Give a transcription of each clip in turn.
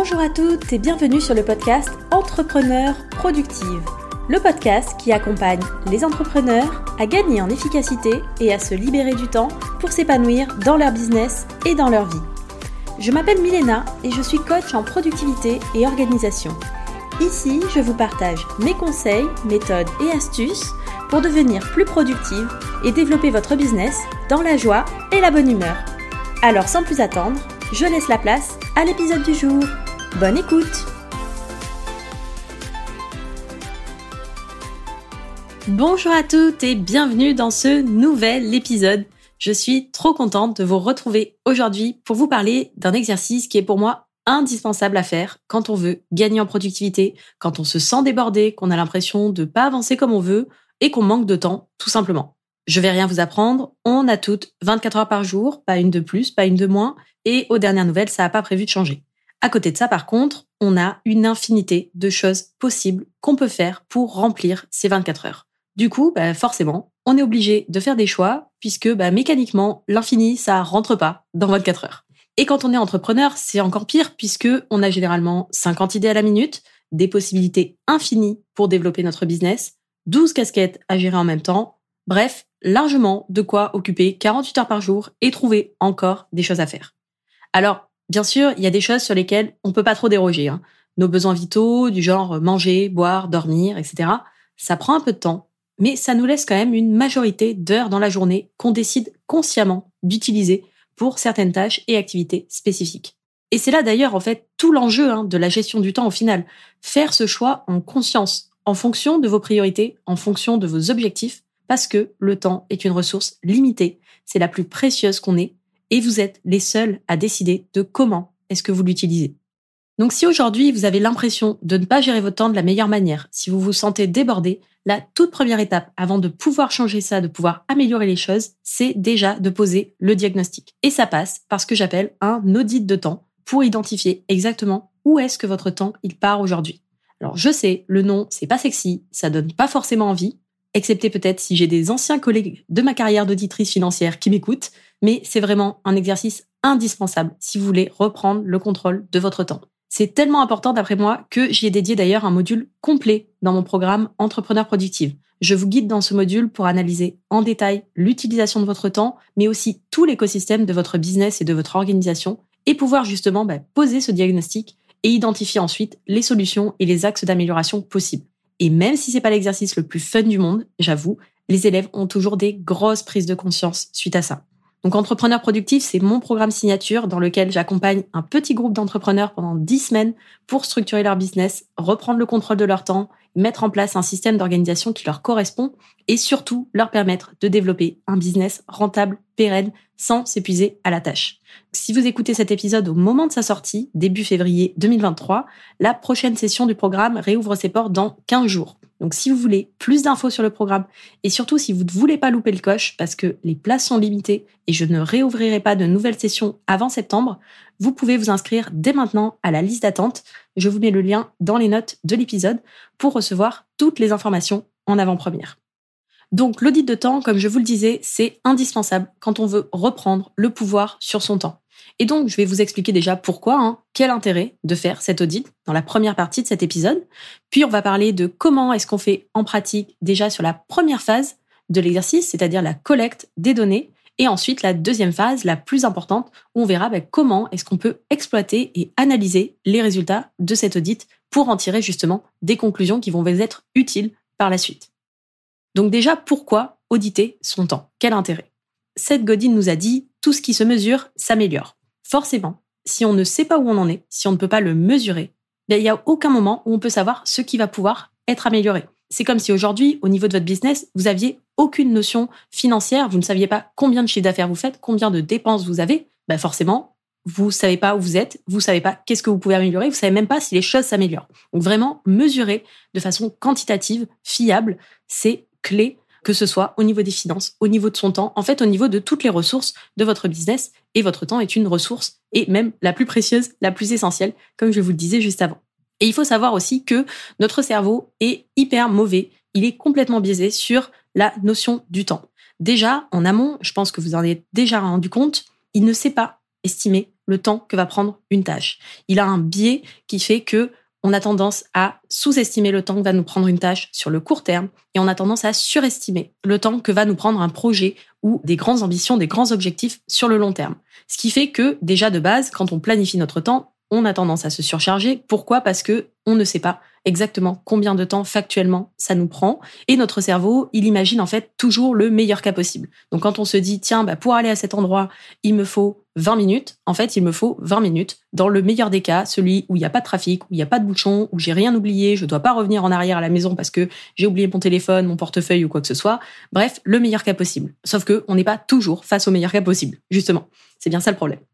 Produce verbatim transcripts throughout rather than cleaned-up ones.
Bonjour à toutes et bienvenue sur le podcast Entrepreneurs Productives, le podcast qui accompagne les entrepreneurs à gagner en efficacité et à se libérer du temps pour s'épanouir dans leur business et dans leur vie. Je m'appelle Milena et je suis coach en productivité et organisation. Ici, je vous partage mes conseils, méthodes et astuces pour devenir plus productive et développer votre business dans la joie et la bonne humeur. Alors sans plus attendre, je laisse la place à l'épisode du jour. Bonne écoute! Bonjour à toutes et bienvenue dans ce nouvel épisode. Je suis trop contente de vous retrouver aujourd'hui pour vous parler d'un exercice qui est pour moi indispensable à faire quand on veut gagner en productivité, quand on se sent débordé, qu'on a l'impression de pas avancer comme on veut et qu'on manque de temps, tout simplement. Je vais rien vous apprendre, on a toutes vingt-quatre heures par jour, pas une de plus, pas une de moins, et aux dernières nouvelles, ça n'a pas prévu de changer. À côté de ça, par contre, on a une infinité de choses possibles qu'on peut faire pour remplir ces vingt-quatre heures. Du coup, bah forcément, on est obligé de faire des choix puisque bah, mécaniquement, l'infini, ça rentre pas dans vingt-quatre heures. Et quand on est entrepreneur, c'est encore pire puisque on a généralement cinquante idées à la minute, des possibilités infinies pour développer notre business, douze casquettes à gérer en même temps, bref, largement de quoi occuper quarante-huit heures par jour et trouver encore des choses à faire. Alors, bien sûr, il y a des choses sur lesquelles on peut pas trop déroger. Hein. Nos besoins vitaux, du genre manger, boire, dormir, et cetera, ça prend un peu de temps, mais ça nous laisse quand même une majorité d'heures dans la journée qu'on décide consciemment d'utiliser pour certaines tâches et activités spécifiques. Et c'est là d'ailleurs en fait tout l'enjeu hein, de la gestion du temps au final. Faire ce choix en conscience, en fonction de vos priorités, en fonction de vos objectifs, parce que le temps est une ressource limitée, c'est la plus précieuse qu'on ait, et vous êtes les seuls à décider de comment est-ce que vous l'utilisez. Donc si aujourd'hui vous avez l'impression de ne pas gérer votre temps de la meilleure manière, si vous vous sentez débordé, la toute première étape avant de pouvoir changer ça, de pouvoir améliorer les choses, c'est déjà de poser le diagnostic. Et ça passe par ce que j'appelle un audit de temps pour identifier exactement où est-ce que votre temps il part aujourd'hui. Alors je sais, le nom c'est pas sexy, ça donne pas forcément envie, excepté peut-être si j'ai des anciens collègues de ma carrière d'auditrice financière qui m'écoutent, mais c'est vraiment un exercice indispensable si vous voulez reprendre le contrôle de votre temps. C'est tellement important d'après moi que j'y ai dédié d'ailleurs un module complet dans mon programme Entrepreneurs Productives. Je vous guide dans ce module pour analyser en détail l'utilisation de votre temps, mais aussi tout l'écosystème de votre business et de votre organisation, et pouvoir justement bah, poser ce diagnostic et identifier ensuite les solutions et les axes d'amélioration possibles. Et même si c'est pas l'exercice le plus fun du monde, j'avoue, les élèves ont toujours des grosses prises de conscience suite à ça. Donc Entrepreneurs Productifs, c'est mon programme signature dans lequel j'accompagne un petit groupe d'entrepreneurs pendant dix semaines pour structurer leur business, reprendre le contrôle de leur temps, mettre en place un système d'organisation qui leur correspond et surtout leur permettre de développer un business rentable, pérenne, sans s'épuiser à la tâche. Si vous écoutez cet épisode au moment de sa sortie, début février deux mille vingt-trois, la prochaine session du programme réouvre ses portes dans quinze jours. Donc si vous voulez plus d'infos sur le programme et surtout si vous ne voulez pas louper le coche parce que les places sont limitées et je ne réouvrirai pas de nouvelles sessions avant septembre, vous pouvez vous inscrire dès maintenant à la liste d'attente. Je vous mets le lien dans les notes de l'épisode pour recevoir toutes les informations en avant-première. Donc l'audit de temps, comme je vous le disais, c'est indispensable quand on veut reprendre le pouvoir sur son temps. Et donc, je vais vous expliquer déjà pourquoi, hein, quel intérêt de faire cet audit dans la première partie de cet épisode. Puis, on va parler de comment est-ce qu'on fait en pratique déjà sur la première phase de l'exercice, c'est-à-dire la collecte des données. Et ensuite, la deuxième phase, la plus importante, où on verra bah, comment est-ce qu'on peut exploiter et analyser les résultats de cet audit pour en tirer justement des conclusions qui vont vous être utiles par la suite. Donc déjà, pourquoi auditer son temps? Quel intérêt? Seth Godin nous a dit « Tout ce qui se mesure s'améliore ». Forcément, si on ne sait pas où on en est, si on ne peut pas le mesurer, il n'y a aucun moment où on peut savoir ce qui va pouvoir être amélioré. C'est comme si aujourd'hui, au niveau de votre business, vous aviez aucune notion financière, vous ne saviez pas combien de chiffre d'affaires vous faites, combien de dépenses vous avez. Ben forcément, vous ne savez pas où vous êtes, vous ne savez pas qu'est-ce que vous pouvez améliorer, vous ne savez même pas si les choses s'améliorent. Donc vraiment, mesurer de façon quantitative, fiable, c'est clé, que ce soit au niveau des finances, au niveau de son temps, en fait au niveau de toutes les ressources de votre business. Et votre temps est une ressource, et même la plus précieuse, la plus essentielle, comme je vous le disais juste avant. Et il faut savoir aussi que notre cerveau est hyper mauvais, il est complètement biaisé sur la notion du temps. Déjà, en amont, je pense que vous en êtes déjà rendu compte, il ne sait pas estimer le temps que va prendre une tâche. Il a un biais qui fait que on a tendance à sous-estimer le temps que va nous prendre une tâche sur le court terme et on a tendance à surestimer le temps que va nous prendre un projet ou des grandes ambitions, des grands objectifs sur le long terme. Ce qui fait que, déjà de base, quand on planifie notre temps, on a tendance à se surcharger. Pourquoi ? Parce que on ne sait pas exactement combien de temps factuellement ça nous prend. Et notre cerveau, il imagine en fait toujours le meilleur cas possible. Donc quand on se dit, tiens, bah, pour aller à cet endroit, il me faut vingt minutes. En fait, il me faut vingt minutes. Dans le meilleur des cas, celui où il n'y a pas de trafic, où il n'y a pas de bouchon, où j'ai rien oublié, je ne dois pas revenir en arrière à la maison parce que j'ai oublié mon téléphone, mon portefeuille ou quoi que ce soit. Bref, le meilleur cas possible. Sauf que on n'est pas toujours face au meilleur cas possible, justement. C'est bien ça le problème.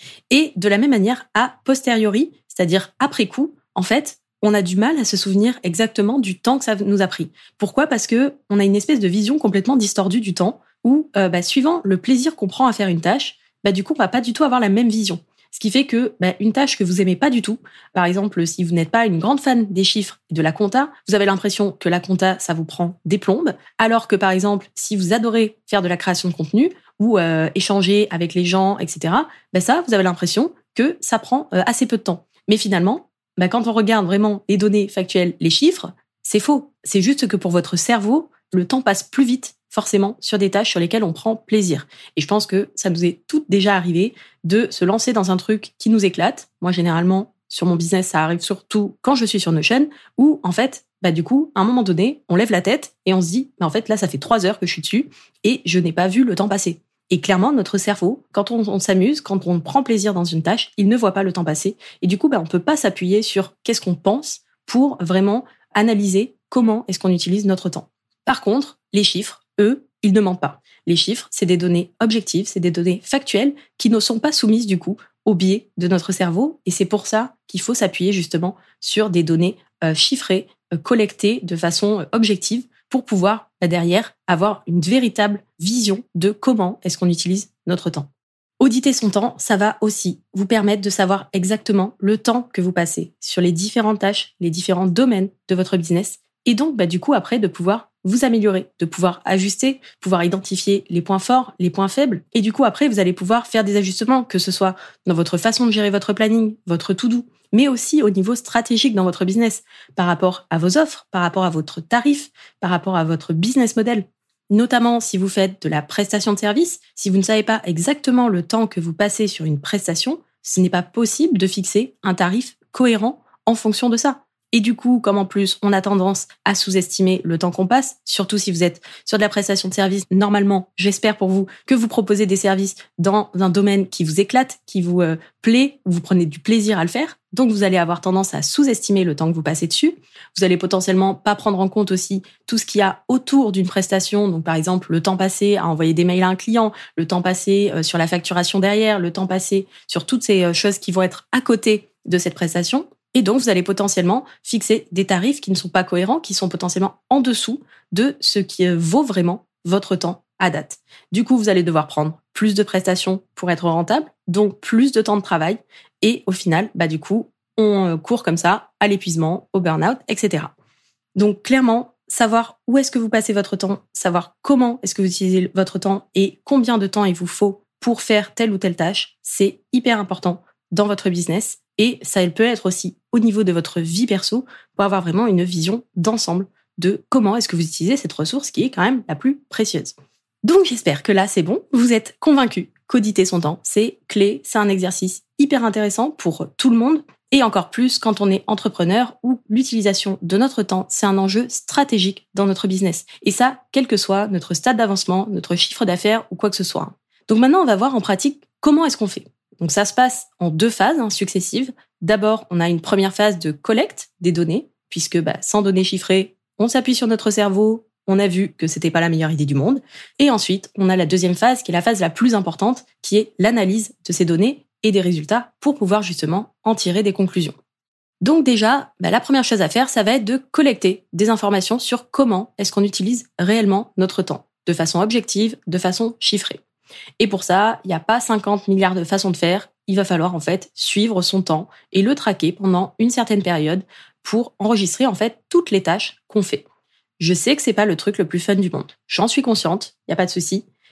Et de la même manière, a posteriori, c'est-à-dire après coup, en fait, on a du mal à se souvenir exactement du temps que ça nous a pris. Pourquoi ? Parce que on a une espèce de vision complètement distordue du temps où, euh, bah, suivant le plaisir qu'on prend à faire une tâche, bah, du coup, on va pas du tout avoir la même vision. Ce qui fait que bah, une tâche que vous aimez pas du tout, par exemple, si vous n'êtes pas une grande fan des chiffres et de la compta, vous avez l'impression que la compta, ça vous prend des plombes, alors que par exemple, si vous adorez faire de la création de contenu ou euh, échanger avec les gens, et cetera, bah, ça, vous avez l'impression que ça prend euh, assez peu de temps. Mais finalement, bah, quand on regarde vraiment les données factuelles, les chiffres, c'est faux. C'est juste que pour votre cerveau, le temps passe plus vite forcément sur des tâches sur lesquelles on prend plaisir. Et je pense que ça nous est toutes déjà arrivé de se lancer dans un truc qui nous éclate. Moi, généralement, sur mon business, ça arrive surtout quand je suis sur Notion, où en fait, bah du coup, à un moment donné, on lève la tête et on se dit, bah en fait, là, ça fait trois heures que je suis dessus et je n'ai pas vu le temps passer. Et clairement, notre cerveau, quand on, on s'amuse, quand on prend plaisir dans une tâche, il ne voit pas le temps passer. Et du coup, bah, on peut pas s'appuyer sur qu'est-ce qu'on pense pour vraiment analyser comment est-ce qu'on utilise notre temps. Par contre, les chiffres, eux, ils ne mentent pas. Les chiffres, c'est des données objectives, c'est des données factuelles qui ne sont pas soumises du coup au biais de notre cerveau. Et c'est pour ça qu'il faut s'appuyer justement sur des données euh, chiffrées, euh, collectées de façon euh, objective pour pouvoir bah, derrière avoir une véritable vision de comment est-ce qu'on utilise notre temps. Auditer son temps, ça va aussi vous permettre de savoir exactement le temps que vous passez sur les différentes tâches, les différents domaines de votre business et donc bah, du coup après de pouvoir vous améliorer, de pouvoir ajuster, pouvoir identifier les points forts, les points faibles et du coup après vous allez pouvoir faire des ajustements, que ce soit dans votre façon de gérer votre planning, votre to-do, mais aussi au niveau stratégique dans votre business, par rapport à vos offres, par rapport à votre tarif, par rapport à votre business model. Notamment si vous faites de la prestation de service, si vous ne savez pas exactement le temps que vous passez sur une prestation, ce n'est pas possible de fixer un tarif cohérent en fonction de ça. Et du coup, comme en plus, on a tendance à sous-estimer le temps qu'on passe, surtout si vous êtes sur de la prestation de service, normalement, j'espère pour vous que vous proposez des services dans un domaine qui vous éclate, qui vous euh, plaît, où vous prenez du plaisir à le faire. Donc, vous allez avoir tendance à sous-estimer le temps que vous passez dessus. Vous allez potentiellement pas prendre en compte aussi tout ce qu'il y a autour d'une prestation. Donc, par exemple, le temps passé à envoyer des mails à un client, le temps passé euh, sur la facturation derrière, le temps passé sur toutes ces euh, choses qui vont être à côté de cette prestation. Et donc, vous allez potentiellement fixer des tarifs qui ne sont pas cohérents, qui sont potentiellement en dessous de ce qui vaut vraiment votre temps à date. Du coup, vous allez devoir prendre plus de prestations pour être rentable, donc plus de temps de travail. Et au final, bah du coup, on court comme ça à l'épuisement, au burn-out, et cetera. Donc, clairement, savoir où est-ce que vous passez votre temps, savoir comment est-ce que vous utilisez votre temps et combien de temps il vous faut pour faire telle ou telle tâche, c'est hyper important dans votre business. Et ça peut être aussi au niveau de votre vie perso pour avoir vraiment une vision d'ensemble de comment est-ce que vous utilisez cette ressource qui est quand même la plus précieuse. Donc j'espère que là c'est bon, vous êtes convaincus qu'auditer son temps, c'est clé, c'est un exercice hyper intéressant pour tout le monde et encore plus quand on est entrepreneur où l'utilisation de notre temps, c'est un enjeu stratégique dans notre business. Et ça, quel que soit notre stade d'avancement, notre chiffre d'affaires ou quoi que ce soit. Donc maintenant, on va voir en pratique comment est-ce qu'on fait. Donc ça se passe en deux phases hein, successives. D'abord, on a une première phase de collecte des données, puisque bah, sans données chiffrées, on s'appuie sur notre cerveau, on a vu que c'était pas la meilleure idée du monde. Et ensuite, on a la deuxième phase, qui est la phase la plus importante, qui est l'analyse de ces données et des résultats pour pouvoir justement en tirer des conclusions. Donc déjà, bah, la première chose à faire, ça va être de collecter des informations sur comment est-ce qu'on utilise réellement notre temps, de façon objective, de façon chiffrée. Et pour ça, il n'y a pas cinquante milliards de façons de faire. Il va falloir en fait suivre son temps et le traquer pendant une certaine période pour enregistrer en fait toutes les tâches qu'on fait. Je sais que c'est pas le truc le plus fun du monde. J'en suis consciente, il n'y a pas de souci.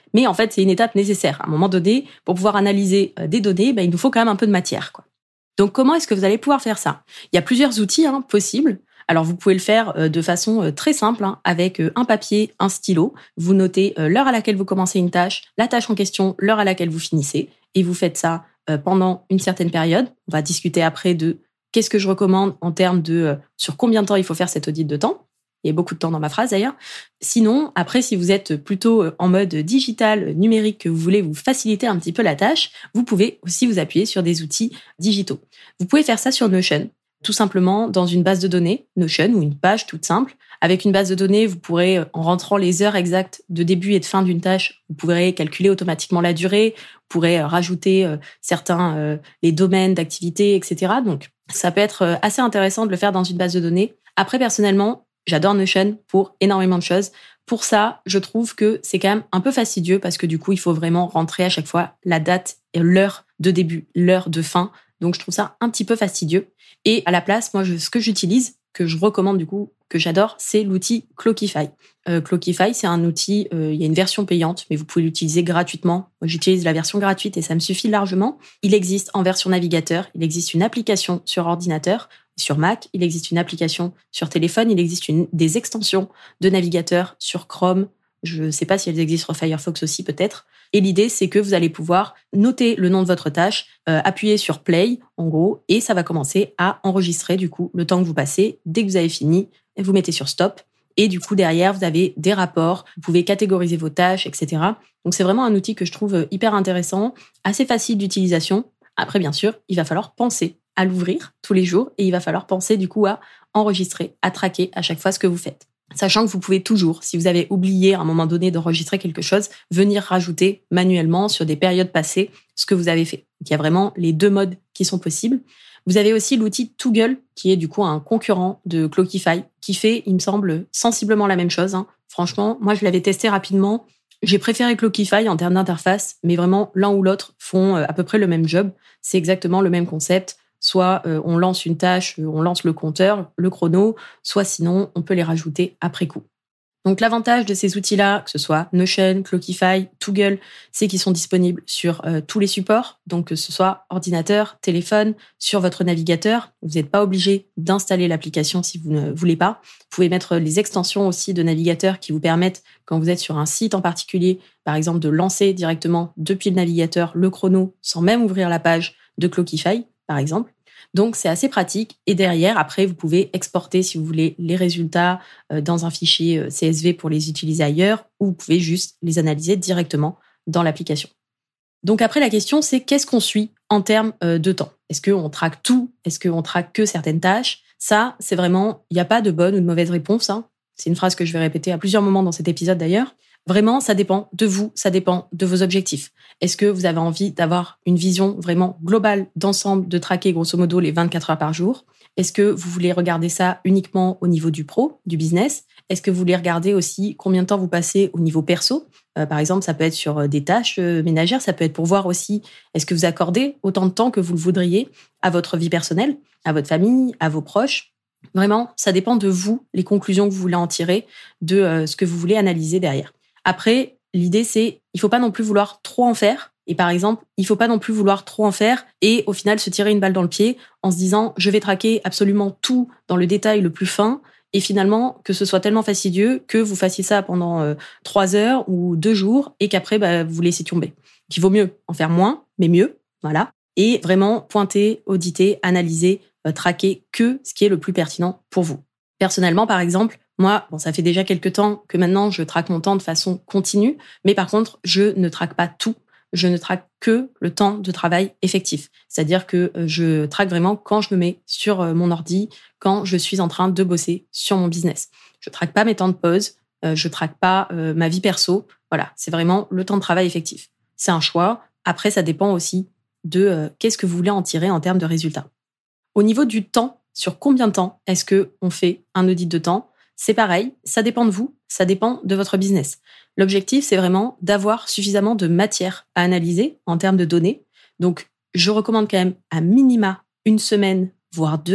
Mais en fait, c'est une étape nécessaire. À un moment donné, pour pouvoir analyser des données, ben, il nous faut quand même un peu de matière, quoi. Donc, comment est-ce que vous allez pouvoir faire ça? Il y a plusieurs outils hein, possibles. Alors, vous pouvez le faire de façon très simple, hein, avec un papier, un stylo. Vous notez l'heure à laquelle vous commencez une tâche, la tâche en question, l'heure à laquelle vous finissez. Et vous faites ça pendant une certaine période. On va discuter après de qu'est-ce que je recommande en termes de sur combien de temps il faut faire cet audit de temps. Il y a beaucoup de temps dans ma phrase d'ailleurs. Sinon, après, si vous êtes plutôt en mode digital, numérique, que vous voulez vous faciliter un petit peu la tâche, vous pouvez aussi vous appuyer sur des outils digitaux. Vous pouvez faire ça sur Notion, tout simplement dans une base de données, Notion ou une page toute simple. Avec une base de données, vous pourrez, en rentrant les heures exactes de début et de fin d'une tâche, vous pourrez calculer automatiquement la durée, vous pourrez rajouter certains, euh, les domaines d'activité, et cetera. Donc, ça peut être assez intéressant de le faire dans une base de données. Après, personnellement, j'adore Notion pour énormément de choses. Pour ça, je trouve que c'est quand même un peu fastidieux parce que du coup, il faut vraiment rentrer à chaque fois la date et l'heure de début, l'heure de fin. Donc, je trouve ça un petit peu fastidieux. Et à la place, moi, je, ce que j'utilise, que je recommande du coup, que j'adore, c'est l'outil Clockify. Euh, Clockify, c'est un outil, euh, il y a une version payante, mais vous pouvez l'utiliser gratuitement. Moi, j'utilise la version gratuite et ça me suffit largement. Il existe en version navigateur, il existe une application sur ordinateur, sur Mac, il existe une application sur téléphone, il existe une, des extensions de navigateur sur Chrome. Je ne sais pas si elles existent sur Firefox aussi peut-être. Et l'idée, c'est que vous allez pouvoir noter le nom de votre tâche, euh, appuyer sur Play, en gros, et ça va commencer à enregistrer du coup le temps que vous passez. Dès que vous avez fini, vous mettez sur Stop. Et du coup, derrière, vous avez des rapports, vous pouvez catégoriser vos tâches, et cetera. Donc, c'est vraiment un outil que je trouve hyper intéressant, assez facile d'utilisation. Après, bien sûr, il va falloir penser à l'ouvrir tous les jours et il va falloir penser du coup à enregistrer, à traquer à chaque fois ce que vous faites. Sachant que vous pouvez toujours, si vous avez oublié à un moment donné d'enregistrer quelque chose, venir rajouter manuellement sur des périodes passées ce que vous avez fait. Donc, il y a vraiment les deux modes qui sont possibles. Vous avez aussi l'outil Toggle, qui est du coup un concurrent de Clockify, qui fait, il me semble, sensiblement la même chose. Hein. Franchement, moi, je l'avais testé rapidement. J'ai préféré Clockify en termes d'interface, mais vraiment, l'un ou l'autre font à peu près le même job. C'est exactement le même concept. Soit euh, on lance une tâche, on lance le compteur, le chrono, soit sinon, on peut les rajouter après coup. Donc l'avantage de ces outils-là, que ce soit Notion, Clockify, Toggle, c'est qu'ils sont disponibles sur euh, tous les supports, donc que ce soit ordinateur, téléphone, sur votre navigateur. Vous n'êtes pas obligé d'installer l'application si vous ne voulez pas. Vous pouvez mettre les extensions aussi de navigateur qui vous permettent, quand vous êtes sur un site en particulier, par exemple de lancer directement depuis le navigateur le chrono sans même ouvrir la page de Clockify, par exemple. Donc, c'est assez pratique. Et derrière, après, vous pouvez exporter, si vous voulez, les résultats dans un fichier C S V pour les utiliser ailleurs, ou vous pouvez juste les analyser directement dans l'application. Donc après, la question, c'est qu'est-ce qu'on suit en termes de temps? Est-ce qu'on traque tout? Est-ce qu'on traque que certaines tâches? Ça, c'est vraiment, il n'y a pas de bonne ou de mauvaise réponse. Hein. C'est une phrase que je vais répéter à plusieurs moments dans cet épisode d'ailleurs. Vraiment, ça dépend de vous, ça dépend de vos objectifs. Est-ce que vous avez envie d'avoir une vision vraiment globale d'ensemble, de traquer grosso modo les vingt-quatre heures par jour? Est-ce que vous voulez regarder ça uniquement au niveau du pro, du business? Est-ce que vous voulez regarder aussi combien de temps vous passez au niveau perso? euh, Par exemple, ça peut être sur des tâches euh, ménagères, ça peut être pour voir aussi est-ce que vous accordez autant de temps que vous le voudriez à votre vie personnelle, à votre famille, à vos proches. Vraiment, ça dépend de vous, les conclusions que vous voulez en tirer, de euh, ce que vous voulez analyser derrière. Après, l'idée, c'est il faut pas non plus vouloir trop en faire. Et par exemple, il faut pas non plus vouloir trop en faire et au final se tirer une balle dans le pied en se disant je vais traquer absolument tout dans le détail le plus fin et finalement que ce soit tellement fastidieux que vous fassiez ça pendant euh, trois heures ou deux jours et qu'après bah, vous laissiez tomber. Qu'il vaut mieux en faire moins, mais mieux, voilà. Et vraiment pointer, auditer, analyser, euh, traquer que ce qui est le plus pertinent pour vous. Personnellement, par exemple, moi, bon, ça fait déjà quelques temps que maintenant je traque mon temps de façon continue, mais par contre, je ne traque pas tout. Je ne traque que le temps de travail effectif. C'est-à-dire que je traque vraiment quand je me mets sur mon ordi, quand je suis en train de bosser sur mon business. Je traque pas mes temps de pause, je traque pas ma vie perso. Voilà, c'est vraiment le temps de travail effectif. C'est un choix. Après, ça dépend aussi de qu'est-ce que vous voulez en tirer en termes de résultats. Au niveau du temps, sur combien de temps est-ce qu'on fait un audit de temps? C'est pareil, ça dépend de vous, ça dépend de votre business. L'objectif, c'est vraiment d'avoir suffisamment de matière à analyser en termes de données. Donc, je recommande quand même à minima une semaine, voire deux.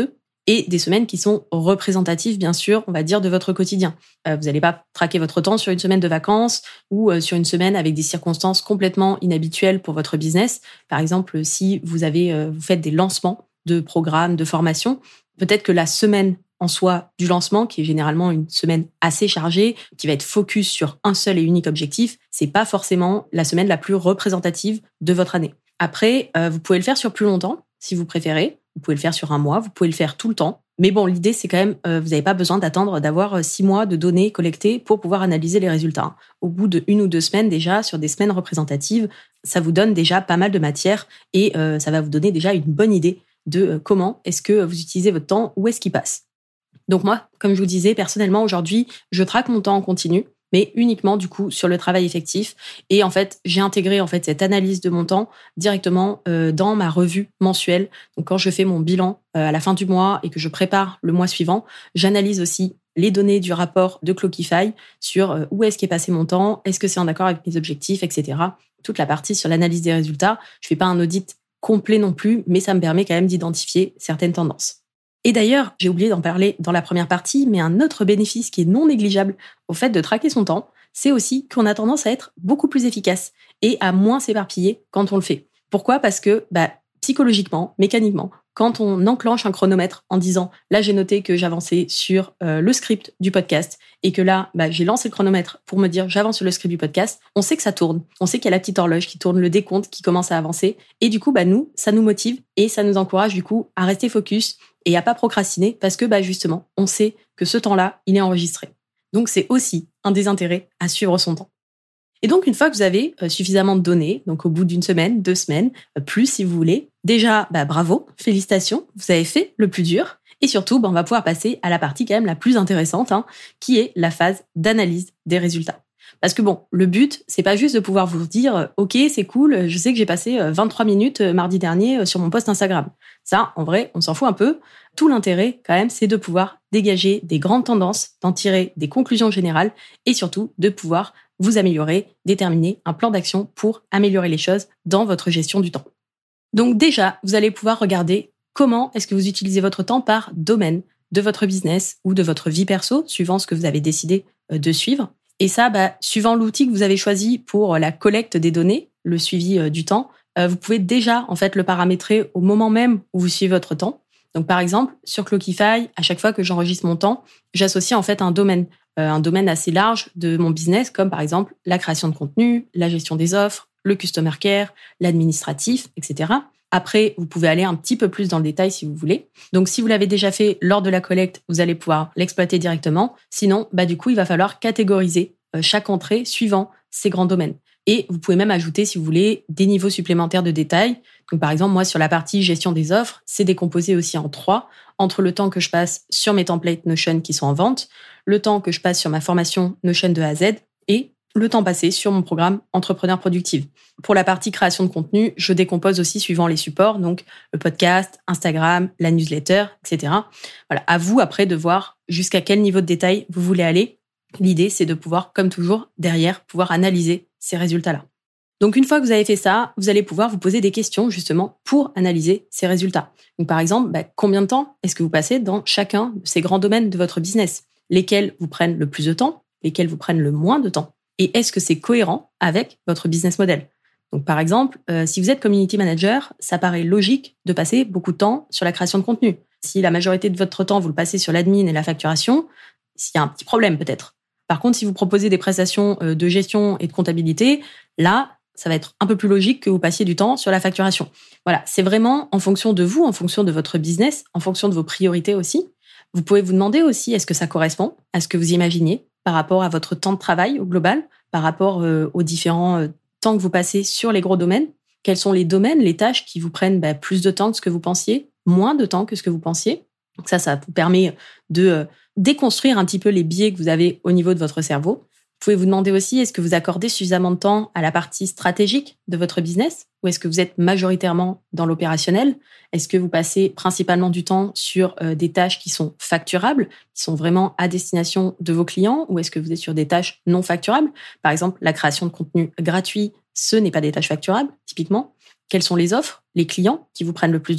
et des semaines qui sont représentatives, bien sûr, on va dire, de votre quotidien. Euh, vous n'allez pas traquer votre temps sur une semaine de vacances ou euh, sur une semaine avec des circonstances complètement inhabituelles pour votre business. Par exemple, si vous avez, euh, vous faites des lancements de programmes, de formations, peut-être que la semaine en soi du lancement, qui est généralement une semaine assez chargée, qui va être focus sur un seul et unique objectif, c'est pas forcément la semaine la plus représentative de votre année. Après, euh, vous pouvez le faire sur plus longtemps, si vous préférez. Vous pouvez le faire sur un mois, vous pouvez le faire tout le temps. Mais bon, l'idée, c'est quand même, euh, vous n'avez pas besoin d'attendre d'avoir six mois de données collectées pour pouvoir analyser les résultats. Au bout de une ou deux semaines déjà, sur des semaines représentatives, ça vous donne déjà pas mal de matière et euh, ça va vous donner déjà une bonne idée de euh, comment est-ce que vous utilisez votre temps, où est-ce qu'il passe. Donc moi, comme je vous disais, personnellement, aujourd'hui, je traque mon temps en continu, mais uniquement du coup sur le travail effectif. Et en fait, j'ai intégré en fait cette analyse de mon temps directement euh, dans ma revue mensuelle. Donc quand je fais mon bilan euh, à la fin du mois et que je prépare le mois suivant, j'analyse aussi les données du rapport de Clockify sur euh, où est-ce qu'est passé mon temps, est-ce que c'est en accord avec mes objectifs, et cetera. Toute la partie sur l'analyse des résultats. Je fais pas un audit complet non plus, mais ça me permet quand même d'identifier certaines tendances. Et d'ailleurs, j'ai oublié d'en parler dans la première partie, mais un autre bénéfice qui est non négligeable au fait de traquer son temps, c'est aussi qu'on a tendance à être beaucoup plus efficace et à moins s'éparpiller quand on le fait. Pourquoi ? Parce que bah, psychologiquement, mécaniquement, quand on enclenche un chronomètre en disant « là, j'ai noté que j'avançais sur euh, le script du podcast et que là, bah, j'ai lancé le chronomètre pour me dire j'avance sur le script du podcast », on sait que ça tourne. On sait qu'il y a la petite horloge qui tourne, le décompte qui commence à avancer. Et du coup, bah, nous, ça nous motive et ça nous encourage du coup à rester focus et à pas procrastiner parce que bah, justement, on sait que ce temps-là, il est enregistré. Donc, c'est aussi un des intérêts à suivre son temps. Et donc, une fois que vous avez suffisamment de données, donc au bout d'une semaine, deux semaines, plus si vous voulez, déjà, bah, bravo, félicitations, vous avez fait le plus dur. Et surtout, bah, on va pouvoir passer à la partie quand même la plus intéressante, hein, qui est la phase d'analyse des résultats. Parce que bon, le but, c'est pas juste de pouvoir vous dire « Ok, c'est cool, je sais que j'ai passé vingt-trois minutes mardi dernier sur mon post Instagram. » Ça, en vrai, on s'en fout un peu. Tout l'intérêt, quand même, c'est de pouvoir dégager des grandes tendances, d'en tirer des conclusions générales et surtout de pouvoir vous améliorer, déterminer un plan d'action pour améliorer les choses dans votre gestion du temps. Donc déjà, vous allez pouvoir regarder comment est-ce que vous utilisez votre temps par domaine de votre business ou de votre vie perso, suivant ce que vous avez décidé de suivre. Et ça, bah, suivant l'outil que vous avez choisi pour la collecte des données, le suivi du temps, vous pouvez déjà en fait le paramétrer au moment même où vous suivez votre temps. Donc par exemple, sur Clockify, à chaque fois que j'enregistre mon temps, j'associe en fait un domaine, euh, un domaine assez large de mon business, comme par exemple la création de contenu, la gestion des offres, le customer care, l'administratif, et cetera. Après, vous pouvez aller un petit peu plus dans le détail si vous voulez. Donc si vous l'avez déjà fait lors de la collecte, vous allez pouvoir l'exploiter directement. Sinon, bah du coup, il va falloir catégoriser euh, chaque entrée suivant ces grands domaines. Et vous pouvez même ajouter, si vous voulez, des niveaux supplémentaires de détails. Donc, par exemple, moi, sur la partie gestion des offres, c'est décomposé aussi en trois, entre le temps que je passe sur mes templates Notion qui sont en vente, le temps que je passe sur ma formation Notion de A à Z et le temps passé sur mon programme Entrepreneur Productive. Pour la partie création de contenu, je décompose aussi suivant les supports, donc le podcast, Instagram, la newsletter, et cetera. Voilà, à vous après de voir jusqu'à quel niveau de détail vous voulez aller. L'idée, c'est de pouvoir, comme toujours, derrière, pouvoir analyser ces résultats-là. Donc, une fois que vous avez fait ça, vous allez pouvoir vous poser des questions, justement, pour analyser ces résultats. Donc, par exemple, bah, combien de temps est-ce que vous passez dans chacun de ces grands domaines de votre business ? Lesquels vous prennent le plus de temps ? Lesquels vous prennent le moins de temps ? Et est-ce que c'est cohérent avec votre business model ? Donc, par exemple, euh, si vous êtes community manager, ça paraît logique de passer beaucoup de temps sur la création de contenu. Si la majorité de votre temps, vous le passez sur l'admin et la facturation, s'il y a un petit problème peut-être. Par contre, si vous proposez des prestations de gestion et de comptabilité, là, ça va être un peu plus logique que vous passiez du temps sur la facturation. Voilà, c'est vraiment en fonction de vous, en fonction de votre business, en fonction de vos priorités aussi. Vous pouvez vous demander aussi, est-ce que ça correspond à ce que vous imaginiez par rapport à votre temps de travail au global, par rapport aux différents temps que vous passez sur les gros domaines ? Quels sont les domaines, les tâches qui vous prennent bah, plus de temps que ce que vous pensiez, moins de temps que ce que vous pensiez ? Donc ça, ça vous permet de déconstruire un petit peu les biais que vous avez au niveau de votre cerveau. Vous pouvez vous demander aussi, est-ce que vous accordez suffisamment de temps à la partie stratégique de votre business ou est-ce que vous êtes majoritairement dans l'opérationnel ? Est-ce que vous passez principalement du temps sur euh, des tâches qui sont facturables, qui sont vraiment à destination de vos clients ou est-ce que vous êtes sur des tâches non facturables ? Par exemple, la création de contenu gratuit, ce n'est pas des tâches facturables, typiquement. Quelles sont les offres, les clients qui vous prennent le plus de temps ?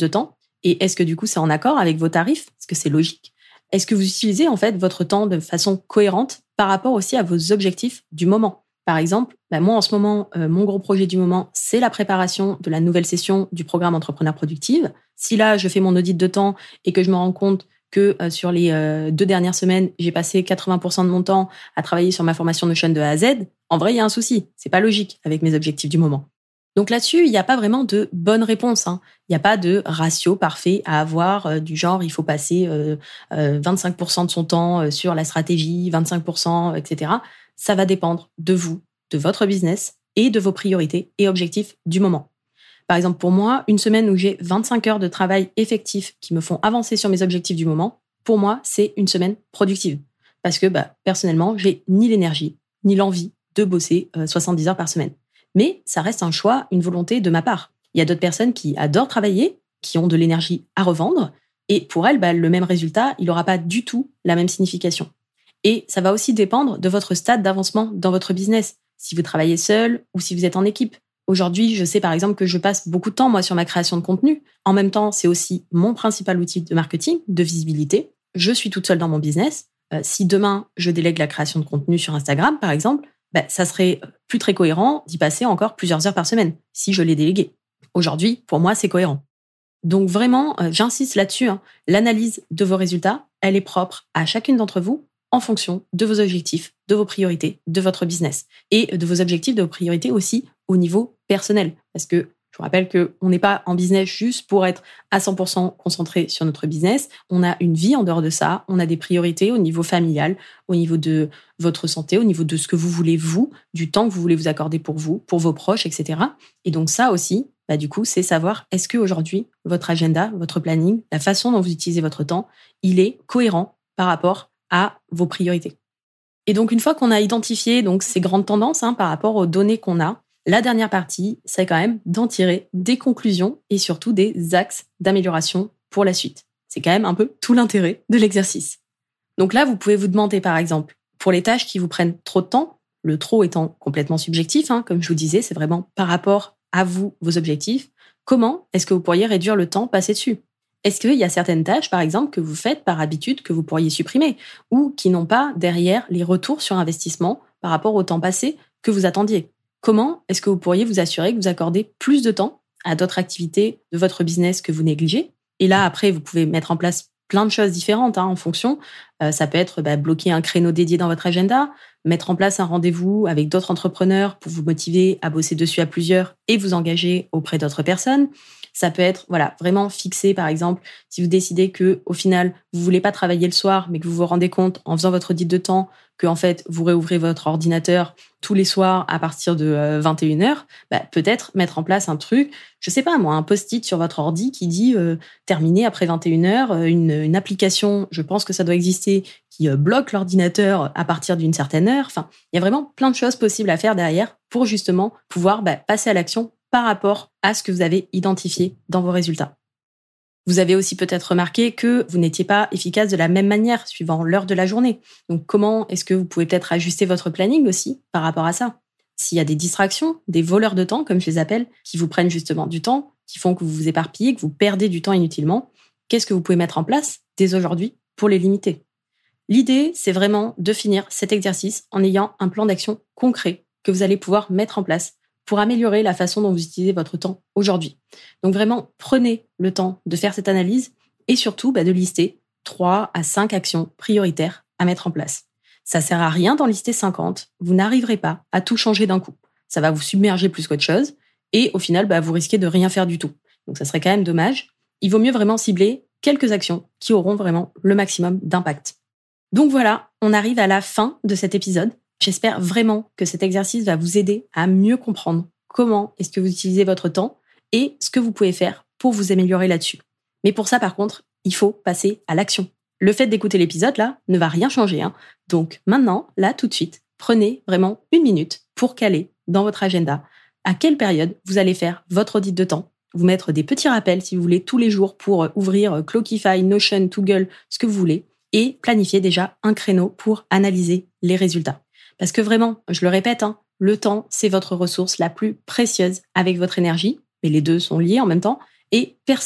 Et est-ce que du coup, c'est en accord avec vos tarifs? Est-ce que c'est logique? Est-ce que vous utilisez en fait votre temps de façon cohérente par rapport aussi à vos objectifs du moment? Par exemple, bah moi en ce moment, euh, mon gros projet du moment, c'est la préparation de la nouvelle session du programme Entrepreneur Productive. Si là, je fais mon audit de temps et que je me rends compte que euh, sur les euh, deux dernières semaines, j'ai passé quatre-vingts pour cent de mon temps à travailler sur ma formation Notion de A à Z, en vrai, il y a un souci. C'est pas logique avec mes objectifs du moment. Donc là-dessus, il n'y a pas vraiment de bonne réponse. Hein. Il n'y a pas de ratio parfait à avoir euh, du genre il faut passer euh, euh, vingt-cinq pour cent de son temps euh, sur la stratégie, vingt-cinq pour cent, et cetera. Ça va dépendre de vous, de votre business et de vos priorités et objectifs du moment. Par exemple, pour moi, une semaine où j'ai vingt-cinq heures de travail effectif qui me font avancer sur mes objectifs du moment, pour moi, c'est une semaine productive. Parce que bah, personnellement, j'ai ni l'énergie, ni l'envie de bosser euh, soixante-dix heures par semaine. Mais ça reste un choix, une volonté de ma part. Il y a d'autres personnes qui adorent travailler, qui ont de l'énergie à revendre, et pour elles, bah, le même résultat, il n'aura pas du tout la même signification. Et ça va aussi dépendre de votre stade d'avancement dans votre business, si vous travaillez seul ou si vous êtes en équipe. Aujourd'hui, je sais par exemple que je passe beaucoup de temps moi sur ma création de contenu. En même temps, c'est aussi mon principal outil de marketing, de visibilité. Je suis toute seule dans mon business. Euh, si demain, je délègue la création de contenu sur Instagram, par exemple, bah, ça serait plus très cohérent d'y passer encore plusieurs heures par semaine, si je l'ai délégué. Aujourd'hui, pour moi, c'est cohérent. Donc vraiment, euh, j'insiste là-dessus, hein, l'analyse de vos résultats, elle est propre à chacune d'entre vous en fonction de vos objectifs, de vos priorités, de votre business et de vos objectifs, de vos priorités aussi au niveau personnel. Parce que je vous rappelle qu'on n'est pas en business juste pour être à cent pour cent concentré sur notre business. On a une vie en dehors de ça. On a des priorités au niveau familial, au niveau de votre santé, au niveau de ce que vous voulez vous, du temps que vous voulez vous accorder pour vous, pour vos proches, et cetera. Et donc ça aussi, bah du coup, c'est savoir est-ce qu'aujourd'hui, votre agenda, votre planning, la façon dont vous utilisez votre temps, il est cohérent par rapport à vos priorités. Et donc, une fois qu'on a identifié donc ces grandes tendances hein, par rapport aux données qu'on a, la dernière partie, c'est quand même d'en tirer des conclusions et surtout des axes d'amélioration pour la suite. C'est quand même un peu tout l'intérêt de l'exercice. Donc là, vous pouvez vous demander par exemple, pour les tâches qui vous prennent trop de temps, le trop étant complètement subjectif, hein, comme je vous disais, c'est vraiment par rapport à vous, vos objectifs, comment est-ce que vous pourriez réduire le temps passé dessus ? Est-ce qu'il y a certaines tâches, par exemple, que vous faites par habitude que vous pourriez supprimer ou qui n'ont pas derrière les retours sur investissement par rapport au temps passé que vous attendiez ? Comment est-ce que vous pourriez vous assurer que vous accordez plus de temps à d'autres activités de votre business que vous négligez ? Et là, après, vous pouvez mettre en place plein de choses différentes hein, en fonction. Euh, ça peut être bah, bloquer un créneau dédié dans votre agenda, mettre en place un rendez-vous avec d'autres entrepreneurs pour vous motiver à bosser dessus à plusieurs et vous engager auprès d'autres personnes. Ça peut être voilà vraiment fixé, par exemple, si vous décidez que au final vous voulez pas travailler le soir, mais que vous vous rendez compte en faisant votre audit de temps que en fait vous réouvrez votre ordinateur tous les soirs à partir de euh, vingt et une heures, bah, peut-être mettre en place un truc, je sais pas moi, un post-it sur votre ordi qui dit euh, terminé après vingt et une heures, euh, une, une application, je pense que ça doit exister, qui euh, bloque l'ordinateur à partir d'une certaine heure. Enfin, il y a vraiment plein de choses possibles à faire derrière pour justement pouvoir bah, passer à l'action par rapport à ce que vous avez identifié dans vos résultats. Vous avez aussi peut-être remarqué que vous n'étiez pas efficace de la même manière suivant l'heure de la journée. Donc comment est-ce que vous pouvez peut-être ajuster votre planning aussi par rapport à ça ? S'il y a des distractions, des voleurs de temps, comme je les appelle, qui vous prennent justement du temps, qui font que vous vous éparpillez, que vous perdez du temps inutilement, qu'est-ce que vous pouvez mettre en place dès aujourd'hui pour les limiter ? L'idée, c'est vraiment de finir cet exercice en ayant un plan d'action concret que vous allez pouvoir mettre en place pour améliorer la façon dont vous utilisez votre temps aujourd'hui. Donc vraiment, prenez le temps de faire cette analyse et surtout bah, de lister trois à cinq actions prioritaires à mettre en place. Ça sert à rien d'en lister cinquante, vous n'arriverez pas à tout changer d'un coup. Ça va vous submerger plus qu'autre chose et au final, bah, vous risquez de rien faire du tout. Donc ça serait quand même dommage. Il vaut mieux vraiment cibler quelques actions qui auront vraiment le maximum d'impact. Donc voilà, on arrive à la fin de cet épisode. J'espère vraiment que cet exercice va vous aider à mieux comprendre comment est-ce que vous utilisez votre temps et ce que vous pouvez faire pour vous améliorer là-dessus. Mais pour ça, par contre, il faut passer à l'action. Le fait d'écouter l'épisode, là, ne va rien changer. Hein. Donc maintenant, là, tout de suite, prenez vraiment une minute pour caler dans votre agenda à quelle période vous allez faire votre audit de temps. Vous mettre des petits rappels, si vous voulez, tous les jours pour ouvrir Clockify, Notion, Toggle, ce que vous voulez, et planifier déjà un créneau pour analyser les résultats. Parce que vraiment, je le répète, hein, le temps, c'est votre ressource la plus précieuse avec votre énergie, mais les deux sont liés en même temps, et personne,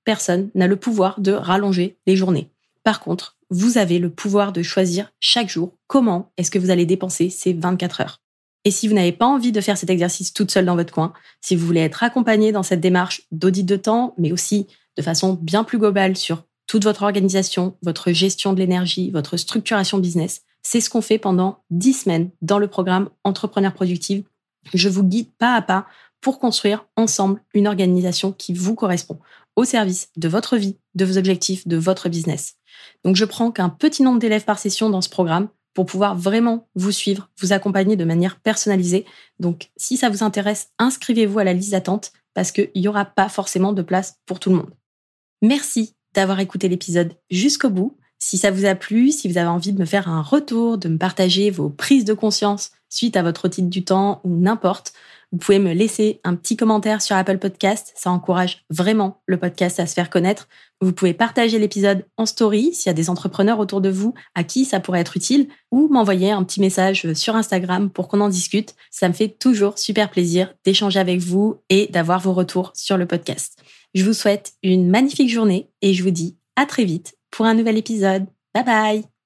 personne n'a le pouvoir de rallonger les journées. Par contre, vous avez le pouvoir de choisir chaque jour comment est-ce que vous allez dépenser ces vingt-quatre heures. Et si vous n'avez pas envie de faire cet exercice toute seule dans votre coin, si vous voulez être accompagné dans cette démarche d'audit de temps, mais aussi de façon bien plus globale sur toute votre organisation, votre gestion de l'énergie, votre structuration business, c'est ce qu'on fait pendant dix semaines dans le programme Entrepreneur Productive. Je vous guide pas à pas pour construire ensemble une organisation qui vous correspond, au service de votre vie, de vos objectifs, de votre business. Donc je prends qu'un petit nombre d'élèves par session dans ce programme pour pouvoir vraiment vous suivre, vous accompagner de manière personnalisée. Donc si ça vous intéresse, inscrivez-vous à la liste d'attente parce qu'il n'y aura pas forcément de place pour tout le monde. Merci d'avoir écouté l'épisode jusqu'au bout. Si ça vous a plu, si vous avez envie de me faire un retour, de me partager vos prises de conscience suite à votre audit du temps ou n'importe, vous pouvez me laisser un petit commentaire sur Apple Podcast. Ça encourage vraiment le podcast à se faire connaître. Vous pouvez partager l'épisode en story s'il y a des entrepreneurs autour de vous à qui ça pourrait être utile ou m'envoyer un petit message sur Instagram pour qu'on en discute. Ça me fait toujours super plaisir d'échanger avec vous et d'avoir vos retours sur le podcast. Je vous souhaite une magnifique journée et je vous dis à très vite pour un nouvel épisode. Bye bye!